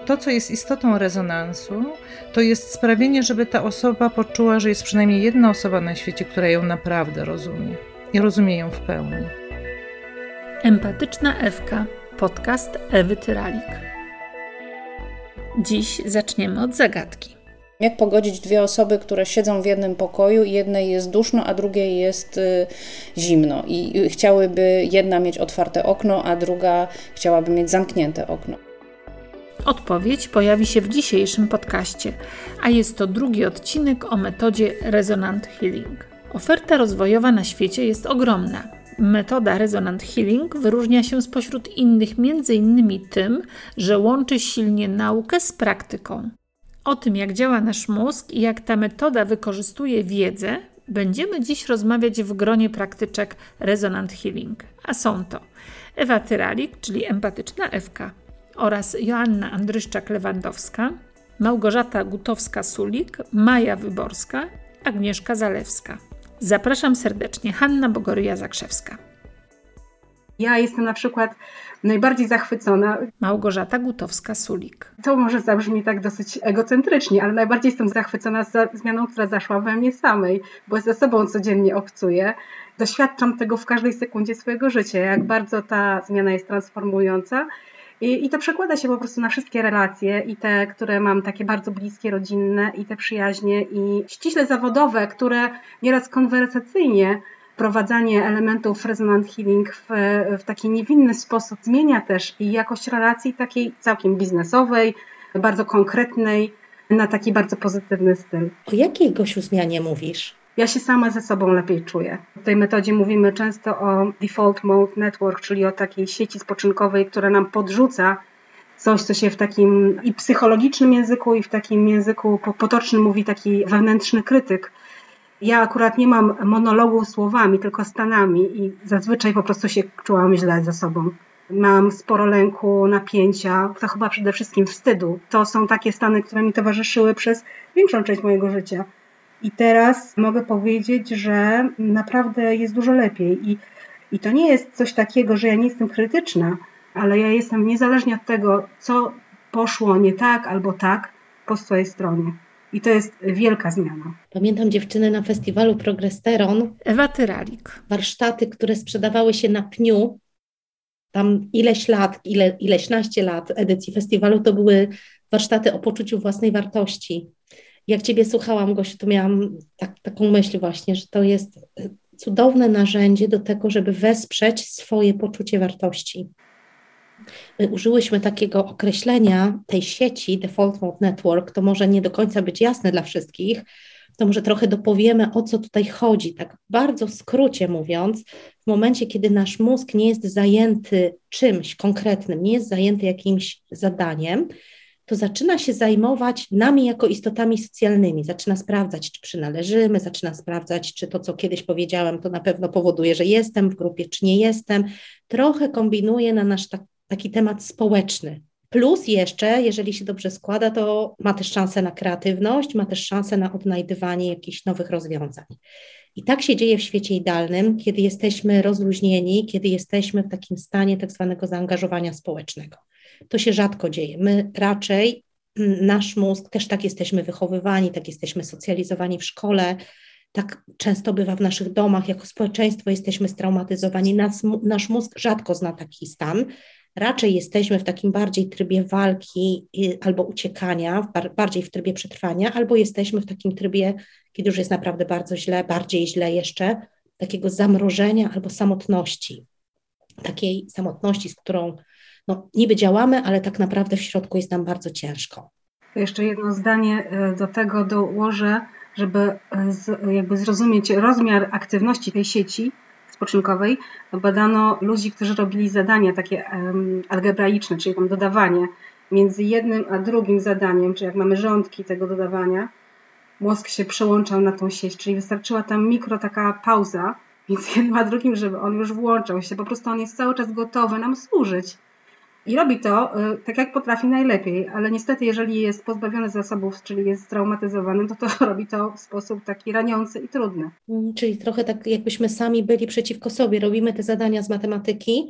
To, co jest istotą rezonansu, to jest sprawienie, żeby ta osoba poczuła, że jest przynajmniej jedna osoba na świecie, która ją naprawdę rozumie i rozumie ją w pełni. Empatyczna Ewka, podcast Ewy Tyralik. Dziś zaczniemy od zagadki. Jak pogodzić dwie osoby, które siedzą w jednym pokoju i jednej jest duszno, a drugiej jest zimno i chciałyby jedna mieć otwarte okno, a druga chciałaby mieć zamknięte okno? Odpowiedź pojawi się w dzisiejszym podcaście, a jest to drugi odcinek o metodzie Resonant Healing. Oferta rozwojowa na świecie jest ogromna. Metoda Resonant Healing wyróżnia się spośród innych m.in. tym, że łączy silnie naukę z praktyką. O tym, jak działa nasz mózg i jak ta metoda wykorzystuje wiedzę, będziemy dziś rozmawiać w gronie praktyczek Resonant Healing. A są to Ewa Tyralik, czyli empatyczna Ewka, oraz Joanna Andryszczak-Lewandowska, Małgorzata Gutowska-Sulik, Maja Wyborska, Agnieszka Zalewska. Zapraszam serdecznie, Hanna Bogoryja-Zakrzewska. Ja jestem na przykład najbardziej zachwycona. Małgorzata Gutowska-Sulik. To może zabrzmi tak dosyć egocentrycznie, ale najbardziej jestem zachwycona zmianą, która zaszła we mnie samej, bo ze sobą codziennie obcuję. Doświadczam tego w każdej sekundzie swojego życia, jak bardzo ta zmiana jest transformująca. I to przekłada się po prostu na wszystkie relacje i te, które mam takie bardzo bliskie, rodzinne i te przyjaźnie i ściśle zawodowe, które nieraz konwersacyjnie wprowadzanie elementów Resonant Healing w taki niewinny sposób zmienia też i jakość relacji takiej całkiem biznesowej, bardzo konkretnej, na taki bardzo pozytywny styl. O jakiej, Gosiu, zmianie mówisz? Ja się sama ze sobą lepiej czuję. W tej metodzie mówimy często o Default Mode Network, czyli o takiej sieci spoczynkowej, która nam podrzuca coś, co się w takim i psychologicznym języku, i w takim języku potocznym mówi taki wewnętrzny krytyk. Ja akurat nie mam monologu słowami, tylko stanami i zazwyczaj po prostu się czułam źle ze sobą. Mam sporo lęku, napięcia, to chyba przede wszystkim wstydu. To są takie stany, które mi towarzyszyły przez większą część mojego życia. I teraz mogę powiedzieć, że naprawdę jest dużo lepiej. I to nie jest coś takiego, że ja nie jestem krytyczna, ale ja jestem niezależnie od tego, co poszło nie tak albo tak po swojej stronie. I to jest wielka zmiana. Pamiętam dziewczyny na festiwalu Progresteron. Ewa Tyralik. Warsztaty, które sprzedawały się na pniu. Tam ileśnaście lat edycji festiwalu to były warsztaty o poczuciu własnej wartości. Jak Ciebie słuchałam, Gosiu, to miałam taką myśl właśnie, że to jest cudowne narzędzie do tego, żeby wesprzeć swoje poczucie wartości. My użyłyśmy takiego określenia tej sieci Default Mode Network, to może nie do końca być jasne dla wszystkich, to może trochę dopowiemy, o co tutaj chodzi. Tak bardzo w skrócie mówiąc, w momencie, kiedy nasz mózg nie jest zajęty czymś konkretnym, nie jest zajęty jakimś zadaniem, to zaczyna się zajmować nami jako istotami socjalnymi. Zaczyna sprawdzać, czy przynależymy, zaczyna sprawdzać, czy to, co kiedyś powiedziałem, to na pewno powoduje, że jestem w grupie, czy nie jestem. Trochę kombinuje na nasz taki temat społeczny. Plus jeszcze, jeżeli się dobrze składa, to ma też szansę na kreatywność, ma też szansę na odnajdywanie jakichś nowych rozwiązań. I tak się dzieje w świecie idealnym, kiedy jesteśmy rozluźnieni, kiedy jesteśmy w takim stanie tak zwanego zaangażowania społecznego. To się rzadko dzieje. My raczej, nasz mózg, też tak jesteśmy wychowywani, tak jesteśmy socjalizowani w szkole, tak często bywa w naszych domach, jako społeczeństwo jesteśmy straumatyzowani. Nasz mózg rzadko zna taki stan. Raczej jesteśmy w takim bardziej trybie walki albo uciekania, bardziej w trybie przetrwania, albo jesteśmy w takim trybie, kiedy już jest naprawdę bardzo źle, bardziej źle jeszcze, takiego zamrożenia albo samotności. Takiej samotności, z którą niby działamy, ale tak naprawdę w środku jest nam bardzo ciężko. Jeszcze jedno zdanie do tego dołożę, żeby jakby zrozumieć rozmiar aktywności tej sieci spoczynkowej. Badano ludzi, którzy robili zadania takie algebraiczne, czyli tam dodawanie między jednym a drugim zadaniem, czyli jak mamy rządki tego dodawania, mózg się przełączał na tą sieć, czyli wystarczyła tam taka pauza między jednym a drugim, żeby on już włączał się. Po prostu on jest cały czas gotowy nam służyć. I robi to tak, jak potrafi najlepiej, ale niestety, jeżeli jest pozbawiony zasobów, czyli jest straumatyzowany, to robi to w sposób taki raniący i trudny. Czyli trochę tak, jakbyśmy sami byli przeciwko sobie. Robimy te zadania z matematyki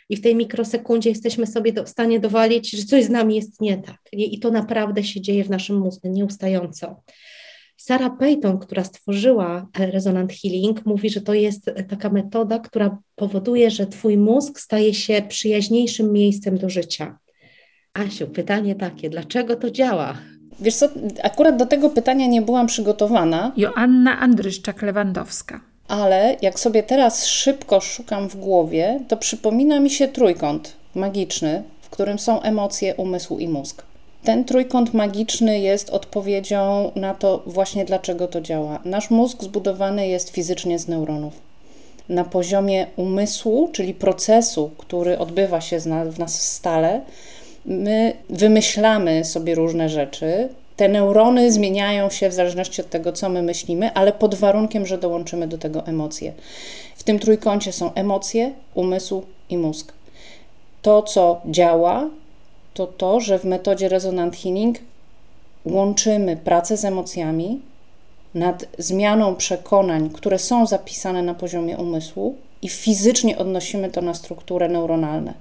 i w tej mikrosekundzie jesteśmy sobie w stanie dowalić, że coś z nami jest nie tak. I to naprawdę się dzieje w naszym mózgu nieustająco. Sarah Peyton, która stworzyła Resonant Healing, mówi, że to jest taka metoda, która powoduje, że twój mózg staje się przyjaźniejszym miejscem do życia. Asiu, pytanie takie, dlaczego to działa? Wiesz co, akurat do tego pytania nie byłam przygotowana. Joanna Andryszczak-Lewandowska. Ale jak sobie teraz szybko szukam w głowie, to przypomina mi się trójkąt magiczny, w którym są emocje, umysł i mózg. Ten trójkąt magiczny jest odpowiedzią na to właśnie, dlaczego to działa. Nasz mózg zbudowany jest fizycznie z neuronów. Na poziomie umysłu, czyli procesu, który odbywa się w nas stale, my wymyślamy sobie różne rzeczy. Te neurony zmieniają się w zależności od tego, co my myślimy, ale pod warunkiem, że dołączymy do tego emocje. W tym trójkącie są emocje, umysł i mózg. To, co działa, to to, że w metodzie Resonant Healing łączymy pracę z emocjami nad zmianą przekonań, które są zapisane na poziomie umysłu i fizycznie odnosimy to na strukturę neuronalne.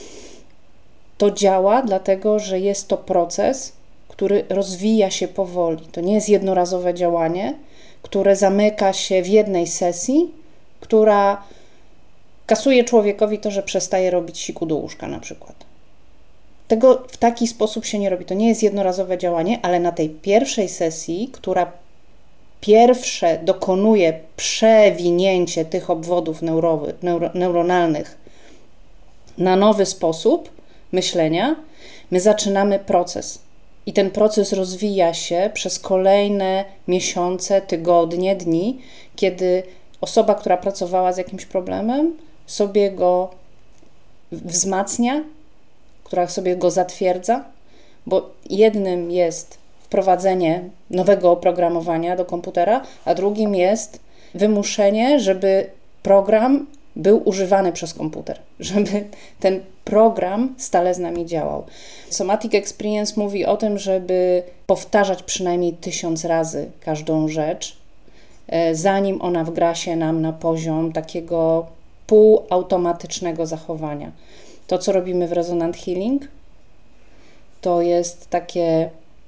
To działa dlatego, że jest to proces, który rozwija się powoli. To nie jest jednorazowe działanie, które zamyka się w jednej sesji, która kasuje człowiekowi to, że przestaje robić siku do łóżka na przykład. Tego w taki sposób się nie robi. To nie jest jednorazowe działanie, ale na tej pierwszej sesji, która pierwsze dokonuje przewinięcie tych obwodów neuronalnych na nowy sposób myślenia, my zaczynamy proces. I ten proces rozwija się przez kolejne miesiące, tygodnie, dni, kiedy osoba, która pracowała z jakimś problemem, sobie go wzmacnia, która sobie go zatwierdza, bo jednym jest wprowadzenie nowego oprogramowania do komputera, a drugim jest wymuszenie, żeby program był używany przez komputer, żeby ten program stale z nami działał. Somatic Experience mówi o tym, żeby powtarzać przynajmniej 1000 razy każdą rzecz, zanim ona wgra się nam na poziom takiego półautomatycznego zachowania. To, co robimy w Resonant Healing, to jest takie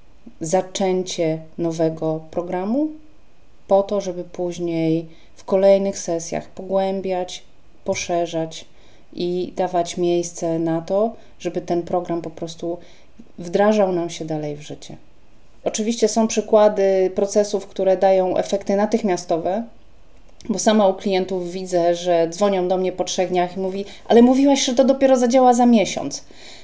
zaczęcie nowego programu po to, żeby później w kolejnych sesjach pogłębiać, poszerzać i dawać miejsce na to, żeby ten program po prostu wdrażał nam się dalej w życie. Oczywiście są przykłady procesów, które dają efekty natychmiastowe, bo sama u klientów widzę, że dzwonią do mnie po 3 dniach i mówi, ale mówiłaś, że to dopiero zadziała za miesiąc.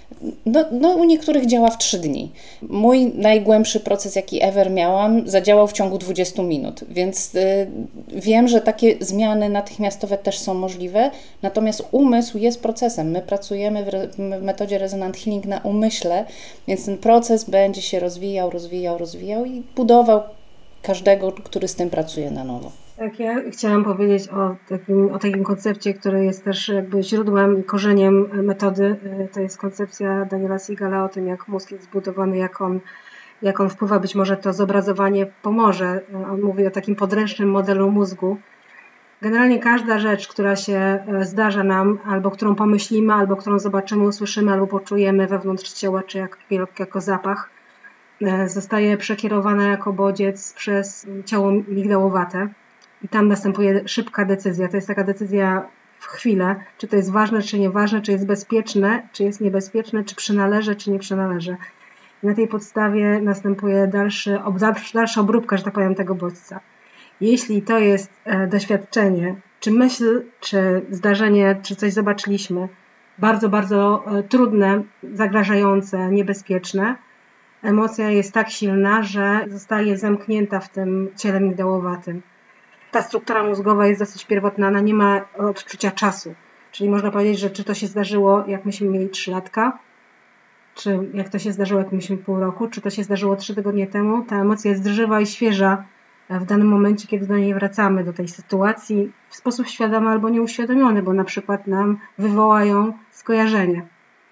No u niektórych działa w 3 dni. Mój najgłębszy proces, jaki ever miałam, zadziałał w ciągu 20 minut, więc wiem, że takie zmiany natychmiastowe też są możliwe, natomiast umysł jest procesem. My pracujemy w metodzie Resonant Healing na umyśle, więc ten proces będzie się rozwijał i budował każdego, który z tym pracuje na nowo. Tak, ja chciałam powiedzieć o takim koncepcie, który jest też jakby źródłem i korzeniem metody. To jest koncepcja Daniela Siegala o tym, jak mózg jest zbudowany, jak on wpływa, być może to zobrazowanie pomoże. On mówi o takim podręcznym modelu mózgu. Generalnie każda rzecz, która się zdarza nam, albo którą pomyślimy, albo którą zobaczymy, usłyszymy, albo poczujemy wewnątrz ciała, czy jako zapach, zostaje przekierowana jako bodziec przez ciało migdałowate. I tam następuje szybka decyzja. To jest taka decyzja w chwilę, czy to jest ważne, czy nieważne, czy jest bezpieczne, czy jest niebezpieczne, czy przynależy, czy nie przynależy. I na tej podstawie następuje dalsza obróbka, że tak powiem, tego bodźca. Jeśli to jest doświadczenie, czy myśl, czy zdarzenie, czy coś zobaczyliśmy, bardzo, bardzo trudne, zagrażające, niebezpieczne, emocja jest tak silna, że zostaje zamknięta w tym ciele migdałowatym. Ta struktura mózgowa jest dosyć pierwotna, ona nie ma odczucia czasu. Czyli można powiedzieć, że czy to się zdarzyło, jak myśmy mieli 3 latka, czy jak to się zdarzyło, jak myśmy pół roku, czy to się zdarzyło 3 tygodnie temu, ta emocja jest żywa i świeża w danym momencie, kiedy do niej wracamy, do tej sytuacji w sposób świadomy albo nieuświadomiony, bo na przykład nam wywołają skojarzenie.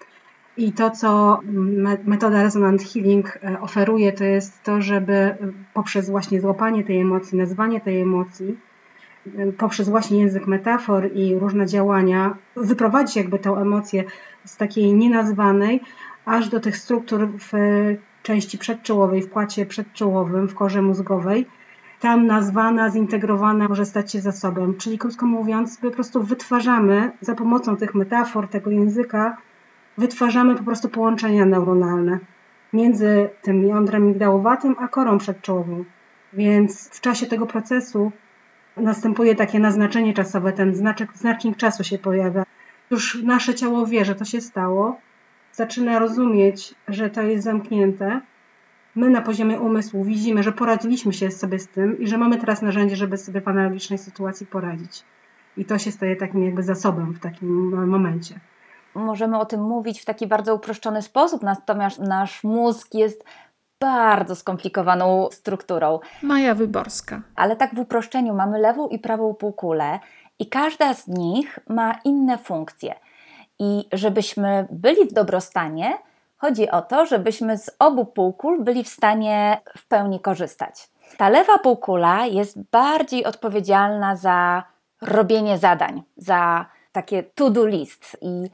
I to, co metoda Resonant Healing oferuje, to jest to, żeby poprzez właśnie złapanie tej emocji, nazwanie tej emocji, poprzez właśnie język metafor i różne działania wyprowadzić jakby tę emocję z takiej nienazwanej aż do tych struktur w części przedczołowej, w płacie przedczołowym, w korze mózgowej. Tam nazwana, zintegrowana może stać się zasobem. Czyli krótko mówiąc, po prostu wytwarzamy za pomocą tych metafor, tego języka, wytwarzamy po prostu połączenia neuronalne między tym jądrem migdałowatym a korą przedczołową. Więc w czasie tego procesu następuje takie naznaczenie czasowe, ten znacznik czasu się pojawia. Już nasze ciało wie, że to się stało, zaczyna rozumieć, że to jest zamknięte. My na poziomie umysłu widzimy, że poradziliśmy się sobie z tym i że mamy teraz narzędzie, żeby sobie w analogicznej sytuacji poradzić. I to się staje takim jakby zasobem w takim momencie. Możemy o tym mówić w taki bardzo uproszczony sposób, natomiast nasz mózg jest bardzo skomplikowaną strukturą. Maja Wyborska. Ale tak w uproszczeniu mamy lewą i prawą półkulę i każda z nich ma inne funkcje. I żebyśmy byli w dobrostanie, chodzi o to, żebyśmy z obu półkul byli w stanie w pełni korzystać. Ta lewa półkula jest bardziej odpowiedzialna za robienie zadań, za takie to-do list i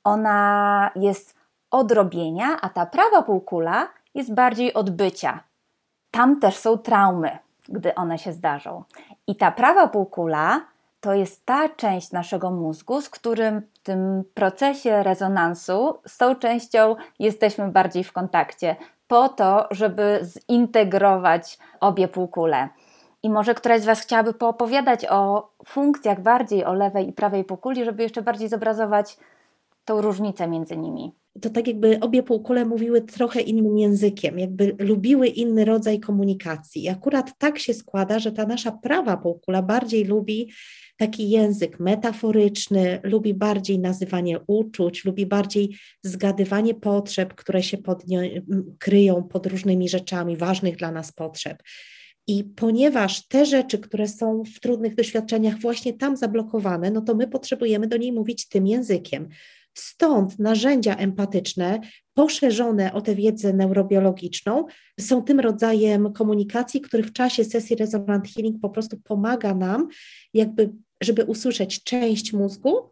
ona jest od robienia, a ta prawa półkula jest bardziej od bycia. Tam też są traumy, gdy one się zdarzą. I ta prawa półkula to jest ta część naszego mózgu, z którym w tym procesie rezonansu, z tą częścią jesteśmy bardziej w kontakcie, po to, żeby zintegrować obie półkule. I może któraś z Was chciałaby poopowiadać o funkcjach bardziej o lewej i prawej półkuli, żeby jeszcze bardziej zobrazować tą różnicę między nimi. To tak jakby obie półkule mówiły trochę innym językiem, jakby lubiły inny rodzaj komunikacji. I akurat tak się składa, że ta nasza prawa półkula bardziej lubi taki język metaforyczny, lubi bardziej nazywanie uczuć, lubi bardziej zgadywanie potrzeb, które się kryją pod różnymi rzeczami, ważnych dla nas potrzeb. I ponieważ te rzeczy, które są w trudnych doświadczeniach właśnie tam zablokowane, no to my potrzebujemy do niej mówić tym językiem. Stąd narzędzia empatyczne, poszerzone o tę wiedzę neurobiologiczną, są tym rodzajem komunikacji, który w czasie sesji Resonant Healing po prostu pomaga nam, jakby, żeby usłyszeć część mózgu,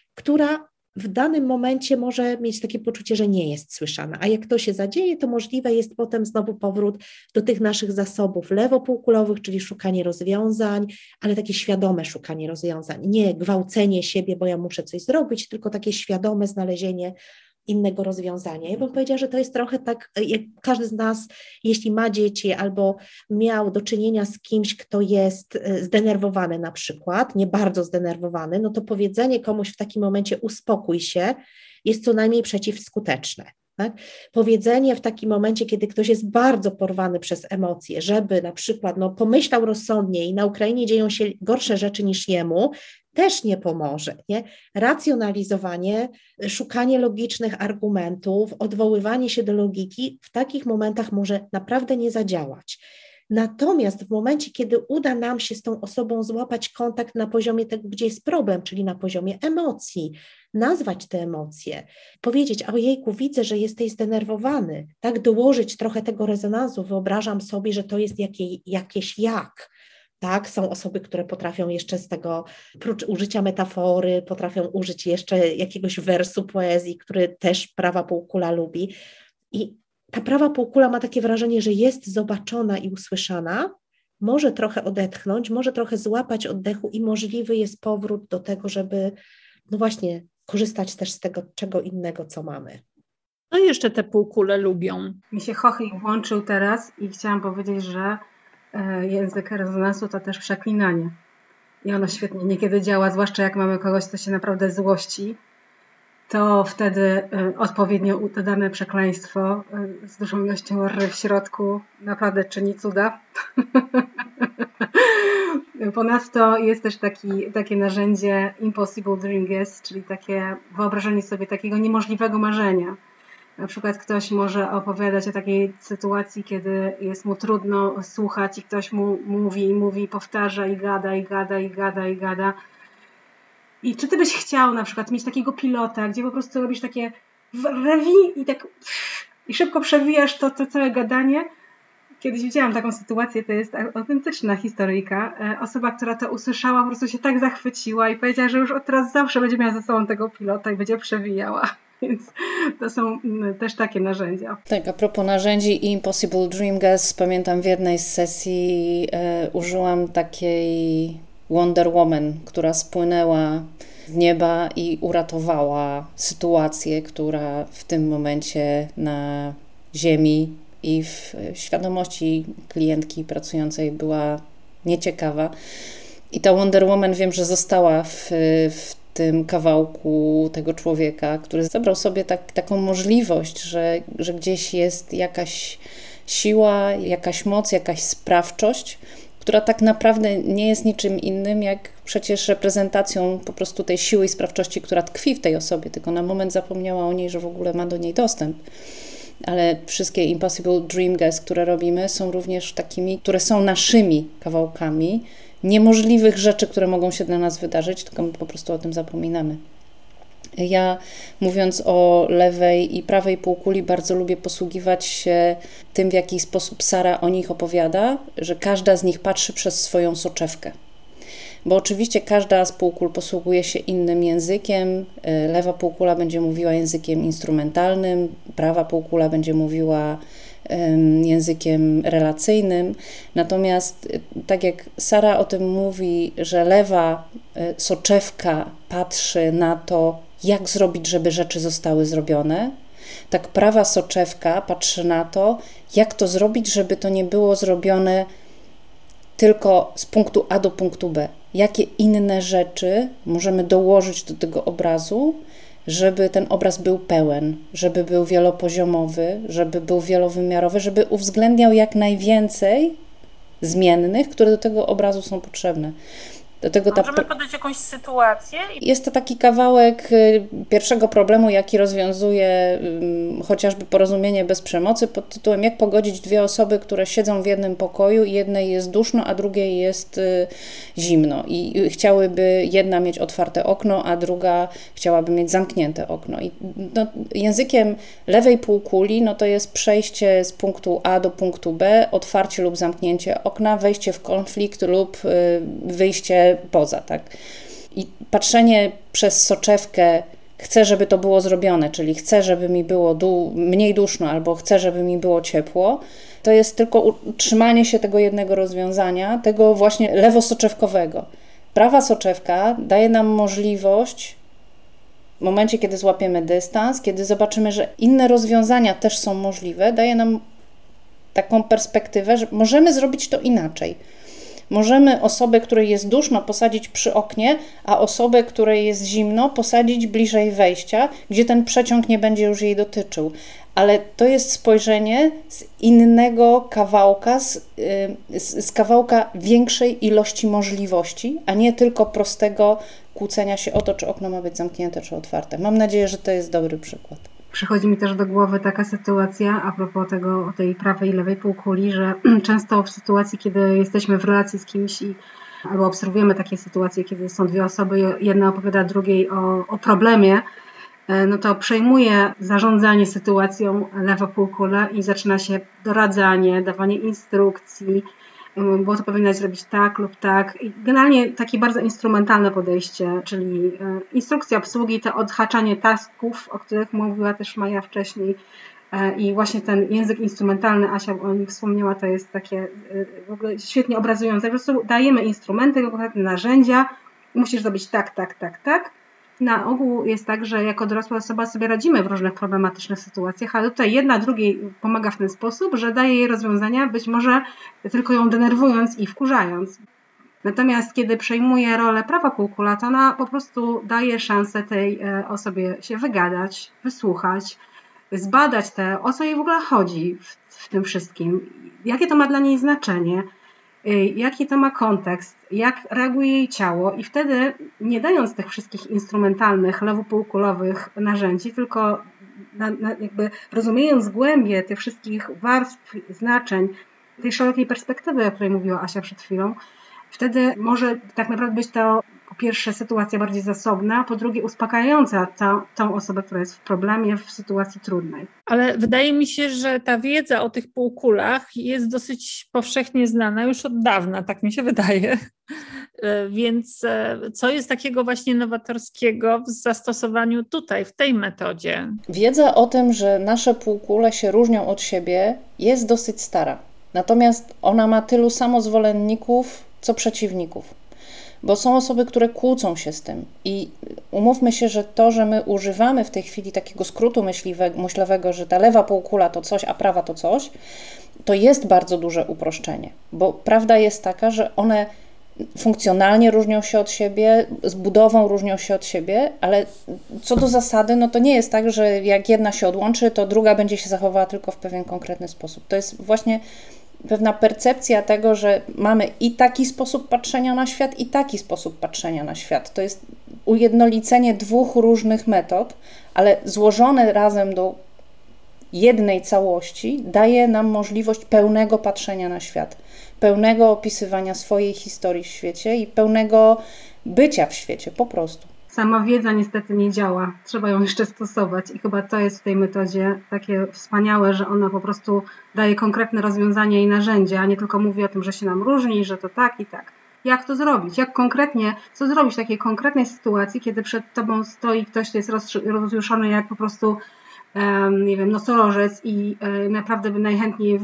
która w danym momencie może mieć takie poczucie, że nie jest słyszana. A jak to się zadzieje, to możliwe jest potem znowu powrót do tych naszych zasobów lewopółkulowych, czyli szukanie rozwiązań, ale takie świadome szukanie rozwiązań. Nie gwałcenie siebie, bo ja muszę coś zrobić, tylko takie świadome znalezienie innego rozwiązania. Ja bym powiedziała, że to jest trochę tak, jak każdy z nas, jeśli ma dzieci albo miał do czynienia z kimś, kto jest zdenerwowany na przykład, nie bardzo zdenerwowany, no to powiedzenie komuś w takim momencie uspokój się jest co najmniej przeciwskuteczne. Tak? Powiedzenie w takim momencie, kiedy ktoś jest bardzo porwany przez emocje, żeby na przykład pomyślał rozsądnie i na Ukrainie dzieją się gorsze rzeczy niż jemu, też nie pomoże. Nie? Racjonalizowanie, szukanie logicznych argumentów, odwoływanie się do logiki w takich momentach może naprawdę nie zadziałać. Natomiast w momencie, kiedy uda nam się z tą osobą złapać kontakt na poziomie tego, gdzie jest problem, czyli na poziomie emocji, nazwać te emocje, powiedzieć, ojejku, widzę, że jesteś zdenerwowany, tak, dołożyć trochę tego rezonansu, wyobrażam sobie, że to jest jakieś jak. Tak, są osoby, które potrafią jeszcze z tego, prócz użycia metafory, potrafią użyć jeszcze jakiegoś wersu poezji, który też prawa półkula lubi. I ta prawa półkula ma takie wrażenie, że jest zobaczona i usłyszana, może trochę odetchnąć, może trochę złapać oddechu i możliwy jest powrót do tego, żeby właśnie korzystać też z tego czego innego, co mamy. No i jeszcze te półkule lubią. Mi się chochyk włączył teraz i chciałam powiedzieć, że język rezonansu to też przeklinanie. I ono świetnie niekiedy działa, zwłaszcza jak mamy kogoś, kto się naprawdę złości, to wtedy odpowiednio dodane przekleństwo z dużą ilością r w środku naprawdę czyni cuda. Ponadto jest też takie narzędzie Impossible Dream Guess, czyli takie wyobrażenie sobie takiego niemożliwego marzenia. Na przykład ktoś może opowiadać o takiej sytuacji, kiedy jest mu trudno słuchać i ktoś mu mówi, powtarza i gada. I czy ty byś chciał na przykład mieć takiego pilota, gdzie po prostu robisz takie rewi i tak i szybko przewijasz to całe gadanie, Kiedyś widziałam taką sytuację, to jest autentyczna historyjka. Osoba, która to usłyszała, po prostu się tak zachwyciła i powiedziała, że już od teraz zawsze będzie miała ze sobą tego pilota i będzie przewijała. Więc to są też takie narzędzia. Tak, a propos narzędzi i Impossible Dream Gas, pamiętam w jednej z sesji użyłam takiej Wonder Woman, która spłynęła z nieba i uratowała sytuację, która w tym momencie na Ziemi i w świadomości klientki pracującej była nieciekawa. I ta Wonder Woman, wiem, że została w tym kawałku tego człowieka, który zabrał sobie taką możliwość, że gdzieś jest jakaś siła, jakaś moc, jakaś sprawczość, która tak naprawdę nie jest niczym innym, jak przecież reprezentacją po prostu tej siły i sprawczości, która tkwi w tej osobie, tylko na moment zapomniała o niej, że w ogóle ma do niej dostęp. Ale wszystkie Impossible Dream Gas, które robimy, są również takimi, które są naszymi kawałkami niemożliwych rzeczy, które mogą się dla nas wydarzyć, tylko my po prostu o tym zapominamy. Ja, mówiąc o lewej i prawej półkuli, bardzo lubię posługiwać się tym, w jaki sposób Sara o nich opowiada, że każda z nich patrzy przez swoją soczewkę. Bo oczywiście każda z półkul posługuje się innym językiem. Lewa półkula będzie mówiła językiem instrumentalnym, prawa półkula będzie mówiła językiem relacyjnym. Natomiast tak jak Sara o tym mówi, że lewa soczewka patrzy na to, jak zrobić, żeby rzeczy zostały zrobione, tak prawa soczewka patrzy na to, jak to zrobić, żeby to nie było zrobione tylko z punktu A do punktu B. Jakie inne rzeczy możemy dołożyć do tego obrazu, żeby ten obraz był pełen, żeby był wielopoziomowy, żeby był wielowymiarowy, żeby uwzględniał jak najwięcej zmiennych, które do tego obrazu są potrzebne. Możemy podać jakąś sytuację? Jest to taki kawałek pierwszego problemu, jaki rozwiązuje chociażby Porozumienie bez przemocy pod tytułem Jak pogodzić dwie osoby, które siedzą w jednym pokoju i jednej jest duszno, a drugiej jest zimno i chciałyby jedna mieć otwarte okno, a druga chciałaby mieć zamknięte okno. I językiem lewej półkuli to jest przejście z punktu A do punktu B, otwarcie lub zamknięcie okna, wejście w konflikt lub wyjście poza, tak? I patrzenie przez soczewkę, chcę, żeby to było zrobione, czyli chcę, żeby mi było mniej duszno, albo chcę, żeby mi było ciepło, to jest tylko utrzymanie się tego jednego rozwiązania, tego właśnie lewosoczewkowego. Prawa soczewka daje nam możliwość, w momencie, kiedy złapiemy dystans, kiedy zobaczymy, że inne rozwiązania też są możliwe, daje nam taką perspektywę, że możemy zrobić to inaczej. Możemy osobę, której jest duszno, posadzić przy oknie, a osobę, której jest zimno, posadzić bliżej wejścia, gdzie ten przeciąg nie będzie już jej dotyczył. Ale to jest spojrzenie z innego kawałka, z kawałka większej ilości możliwości, a nie tylko prostego kłócenia się o to, czy okno ma być zamknięte, czy otwarte. Mam nadzieję, że to jest dobry przykład. Przychodzi mi też do głowy taka sytuacja a propos tej prawej i lewej półkuli, że często w sytuacji, kiedy jesteśmy w relacji z kimś albo obserwujemy takie sytuacje, kiedy są dwie osoby, jedna opowiada drugiej o problemie, to przejmuje zarządzanie sytuacją lewa półkula i zaczyna się doradzanie, dawanie instrukcji, bo to powinnaś zrobić tak lub tak. I generalnie takie bardzo instrumentalne podejście, czyli instrukcja obsługi, to odhaczanie tasków, o których mówiła też Maja wcześniej. I właśnie ten język instrumentalny, Asia o nim wspomniała, to jest takie w ogóle świetnie obrazujące. Po prostu dajemy instrumenty, konkretne narzędzia, musisz zrobić tak, tak, tak, tak. Na ogół jest tak, że jako dorosła osoba sobie radzimy w różnych problematycznych sytuacjach, ale tutaj jedna drugiej pomaga w ten sposób, że daje jej rozwiązania, być może tylko ją denerwując i wkurzając. Natomiast kiedy przejmuje rolę prawa półkula, to ona po prostu daje szansę tej osobie się wygadać, wysłuchać, zbadać o co jej w ogóle chodzi w tym wszystkim, jakie to ma dla niej znaczenie, jaki to ma kontekst, jak reaguje jej ciało i wtedy nie dając tych wszystkich instrumentalnych, lewopółkulowych narzędzi, tylko jakby rozumiejąc głębię tych wszystkich warstw, znaczeń, tej szerokiej perspektywy, o której mówiła Asia przed chwilą, wtedy może tak naprawdę być to po pierwsze sytuacja bardziej zasobna, po drugie uspokajająca tą osobę, która jest w problemie, w sytuacji trudnej. Ale wydaje mi się, że ta wiedza o tych półkulach jest dosyć powszechnie znana już od dawna, tak mi się wydaje. Więc co jest takiego właśnie nowatorskiego w zastosowaniu tutaj, w tej metodzie? Wiedza o tym, że nasze półkule się różnią od siebie, jest dosyć stara. Natomiast ona ma tylu samo zwolenników, co przeciwników. Bo są osoby, które kłócą się z tym. I umówmy się, że to, że my używamy w tej chwili takiego skrótu myślowego, że ta lewa półkula to coś, a prawa to coś, to jest bardzo duże uproszczenie. Bo prawda jest taka, że one funkcjonalnie różnią się od siebie, z budową różnią się od siebie, ale co do zasady, no to nie jest tak, że jak jedna się odłączy, to druga będzie się zachowała tylko w pewien konkretny sposób. To jest właśnie pewna percepcja tego, że mamy i taki sposób patrzenia na świat, i taki sposób patrzenia na świat. To jest ujednolicenie dwóch różnych metod, ale złożone razem do jednej całości daje nam możliwość pełnego patrzenia na świat, pełnego opisywania swojej historii w świecie i pełnego bycia w świecie po prostu. Sama wiedza niestety nie działa, trzeba ją jeszcze stosować i chyba to jest w tej metodzie takie wspaniałe, że ona po prostu daje konkretne rozwiązania i narzędzia, a nie tylko mówi o tym, że się nam różni, że to tak i tak. Jak to zrobić? Jak konkretnie, co zrobić w takiej konkretnej sytuacji, kiedy przed tobą stoi ktoś, kto jest rozjuszony jak po prostu, nie wiem, nosorożec i naprawdę by najchętniej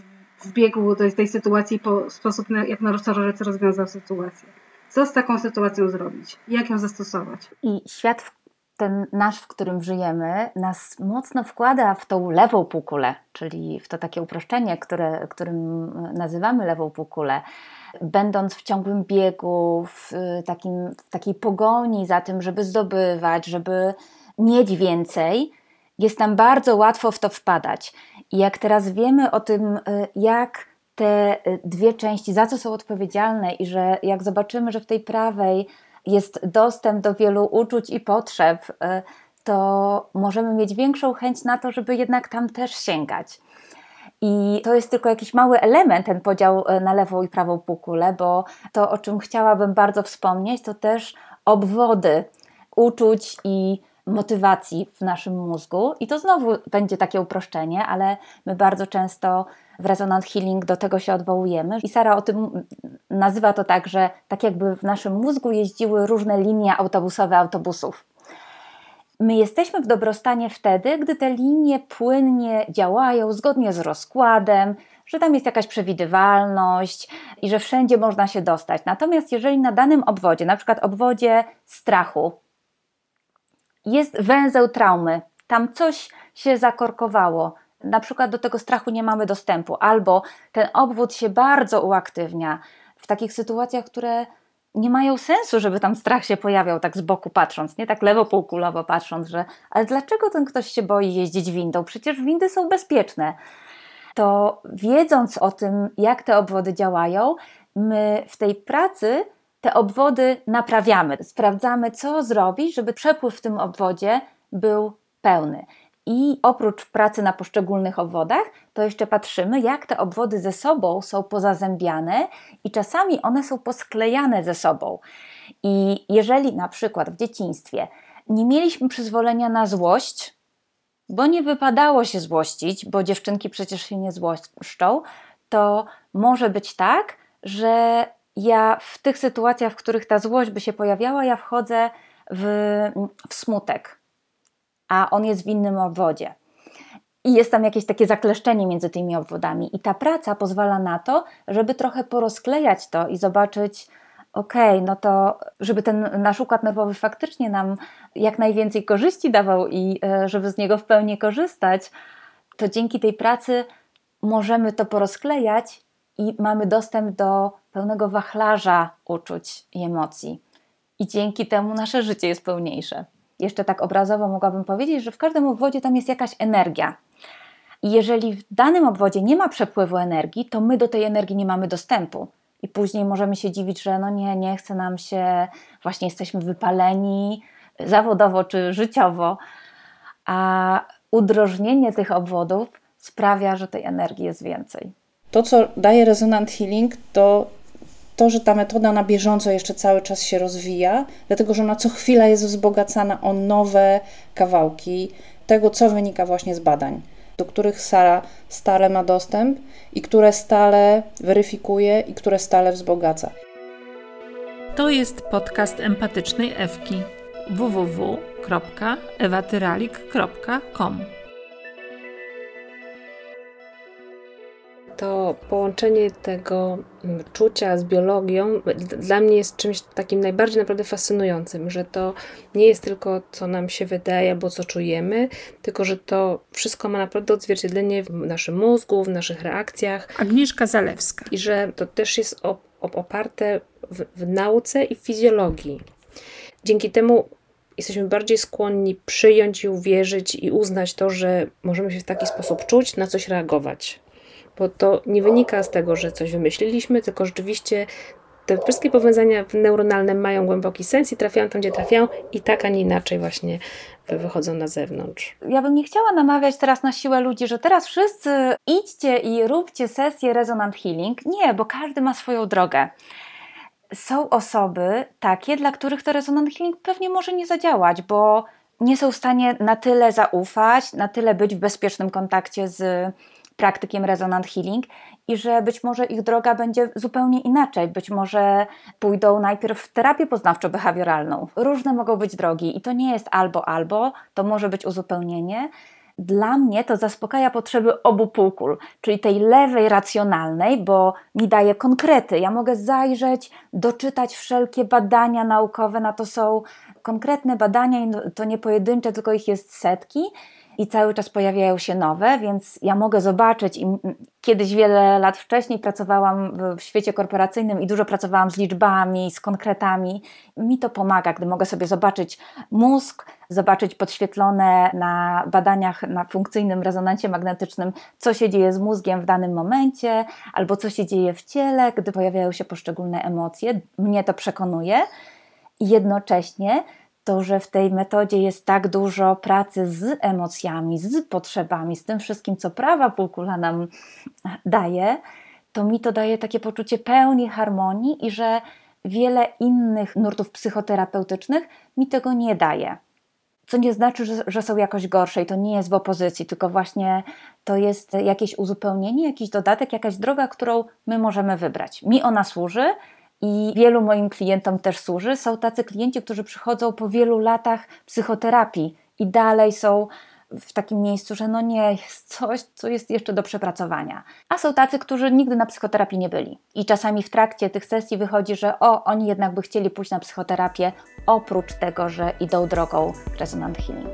wbiegł do tej sytuacji po sposób, jak nosorożec rozwiązał sytuację. Co z taką sytuacją zrobić? Jak ją zastosować? I świat ten nasz, w którym żyjemy, nas mocno wkłada w tą lewą półkulę, czyli w to takie uproszczenie, którym nazywamy lewą półkulę. Będąc w ciągłym biegu, w takiej pogoni za tym, żeby zdobywać, żeby mieć więcej, jest nam bardzo łatwo w to wpadać. I jak teraz wiemy o tym, jak te dwie części, za co są odpowiedzialne i że jak zobaczymy, że w tej prawej jest dostęp do wielu uczuć i potrzeb, to możemy mieć większą chęć na to, żeby jednak tam też sięgać. I to jest tylko jakiś mały element, ten podział na lewą i prawą półkulę, bo to, o czym chciałabym bardzo wspomnieć, to też obwody uczuć i motywacji w naszym mózgu. I to znowu będzie takie uproszczenie, ale my bardzo często w Resonant Healing do tego się odwołujemy. I Sara o tym nazywa to tak, że tak jakby w naszym mózgu jeździły różne linie autobusowe autobusów. My jesteśmy w dobrostanie wtedy, gdy te linie płynnie działają zgodnie z rozkładem, że tam jest jakaś przewidywalność i że wszędzie można się dostać. Natomiast jeżeli na danym obwodzie, na przykład obwodzie strachu, jest węzeł traumy, tam coś się zakorkowało, na przykład do tego strachu nie mamy dostępu, albo ten obwód się bardzo uaktywnia w takich sytuacjach, które nie mają sensu, żeby tam strach się pojawiał tak z boku patrząc, nie tak lewopółkulowo patrząc, że ale dlaczego ten ktoś się boi jeździć windą? Przecież windy są bezpieczne. To wiedząc o tym, jak te obwody działają, my w tej pracy te obwody naprawiamy. Sprawdzamy, co zrobić, żeby przepływ w tym obwodzie był pełny. I oprócz pracy na poszczególnych obwodach, to jeszcze patrzymy, jak te obwody ze sobą są pozazębiane i czasami one są posklejane ze sobą. I jeżeli na przykład w dzieciństwie nie mieliśmy przyzwolenia na złość, bo nie wypadało się złościć, bo dziewczynki przecież się nie złoszczą, to może być tak, że ja w tych sytuacjach, w których ta złość by się pojawiała, ja wchodzę w smutek, a on jest w innym obwodzie. I jest tam jakieś takie zakleszczenie między tymi obwodami. I ta praca pozwala na to, żeby trochę porozklejać to i zobaczyć, no to żeby ten nasz układ nerwowy faktycznie nam jak najwięcej korzyści dawał i żeby z niego w pełni korzystać, to dzięki tej pracy możemy to porozklejać i mamy dostęp do pełnego wachlarza uczuć i emocji. I dzięki temu nasze życie jest pełniejsze. Jeszcze tak obrazowo mogłabym powiedzieć, że w każdym obwodzie tam jest jakaś energia. I jeżeli w danym obwodzie nie ma przepływu energii, to my do tej energii nie mamy dostępu. I później możemy się dziwić, że nie chce nam się, właśnie jesteśmy wypaleni zawodowo czy życiowo, a udrożnienie tych obwodów sprawia, że tej energii jest więcej. To, co daje Resonant Healing, to to, że ta metoda na bieżąco jeszcze cały czas się rozwija, dlatego że ona co chwila jest wzbogacana o nowe kawałki tego, co wynika właśnie z badań, do których Sara stale ma dostęp i które stale weryfikuje i które stale wzbogaca. To jest podcast empatycznej Ewki. www.ewatyralik.com. To połączenie tego czucia z biologią dla mnie jest czymś takim najbardziej naprawdę fascynującym, że to nie jest tylko co nam się wydaje albo co czujemy, tylko że to wszystko ma naprawdę odzwierciedlenie w naszym mózgu, w naszych reakcjach. Agnieszka Zalewska. I że to też jest oparte w nauce i w fizjologii. Dzięki temu jesteśmy bardziej skłonni przyjąć i uwierzyć i uznać to, że możemy się w taki sposób czuć, na coś reagować. Bo to nie wynika z tego, że coś wymyśliliśmy, tylko rzeczywiście te wszystkie powiązania neuronalne mają głęboki sens i trafiają tam, gdzie trafiają i tak, a nie inaczej właśnie wychodzą na zewnątrz. Ja bym nie chciała namawiać teraz na siłę ludzi, że teraz wszyscy idźcie i róbcie sesję Resonant Healing. Nie, bo każdy ma swoją drogę. Są osoby takie, dla których to Resonant Healing pewnie może nie zadziałać, bo nie są w stanie na tyle zaufać, na tyle być w bezpiecznym kontakcie z praktykiem Resonant Healing i że być może ich droga będzie zupełnie inaczej. Być może pójdą najpierw w terapię poznawczo-behawioralną. Różne mogą być drogi i to nie jest albo, to może być uzupełnienie. Dla mnie to zaspokaja potrzeby obu półkul, czyli tej lewej racjonalnej, bo mi daje konkrety. Ja mogę zajrzeć, doczytać wszelkie badania naukowe, na to są konkretne badania i to nie pojedyncze, tylko ich jest setki. I cały czas pojawiają się nowe, więc ja mogę zobaczyć i kiedyś wiele lat wcześniej pracowałam w świecie korporacyjnym i dużo pracowałam z liczbami, z konkretami. Mi to pomaga, gdy mogę sobie zobaczyć mózg, zobaczyć podświetlone na badaniach na funkcyjnym rezonansie magnetycznym, co się dzieje z mózgiem w danym momencie, albo co się dzieje w ciele, gdy pojawiają się poszczególne emocje. Mnie to przekonuje i jednocześnie to, że w tej metodzie jest tak dużo pracy z emocjami, z potrzebami, z tym wszystkim, co prawa półkula nam daje, to mi to daje takie poczucie pełni harmonii i że wiele innych nurtów psychoterapeutycznych mi tego nie daje. Co nie znaczy, że są jakoś gorsze i to nie jest w opozycji, tylko właśnie to jest jakieś uzupełnienie, jakiś dodatek, jakaś droga, którą my możemy wybrać. Mi ona służy. I wielu moim klientom też służy. Są tacy klienci, którzy przychodzą po wielu latach psychoterapii i dalej są w takim miejscu, że no nie, jest coś, co jest jeszcze do przepracowania. A są tacy, którzy nigdy na psychoterapii nie byli. I czasami w trakcie tych sesji wychodzi, że oni jednak by chcieli pójść na psychoterapię, oprócz tego, że idą drogą Resonant Healing.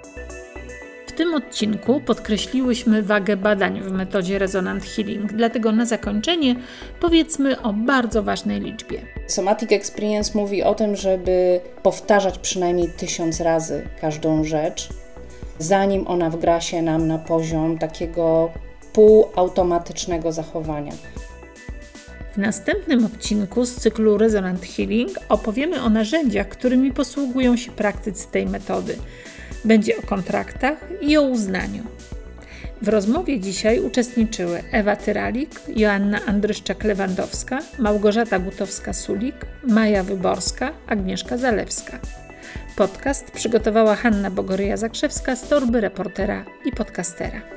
W tym odcinku podkreśliłyśmy wagę badań w metodzie Resonant Healing, dlatego na zakończenie powiedzmy o bardzo ważnej liczbie. Somatic Experience mówi o tym, żeby powtarzać przynajmniej 1000 razy każdą rzecz, zanim ona wgra się nam na poziom takiego półautomatycznego zachowania. W następnym odcinku z cyklu Resonant Healing opowiemy o narzędziach, którymi posługują się praktycy tej metody. Będzie o kontraktach i o uznaniu. W rozmowie dzisiaj uczestniczyły Ewa Tyralik, Joanna Andryszczak-Lewandowska, Małgorzata Gutowska-Sulik, Maja Wyborska, Agnieszka Zalewska. Podcast przygotowała Hanna Bogoryja-Zakrzewska z torby reportera i podcastera.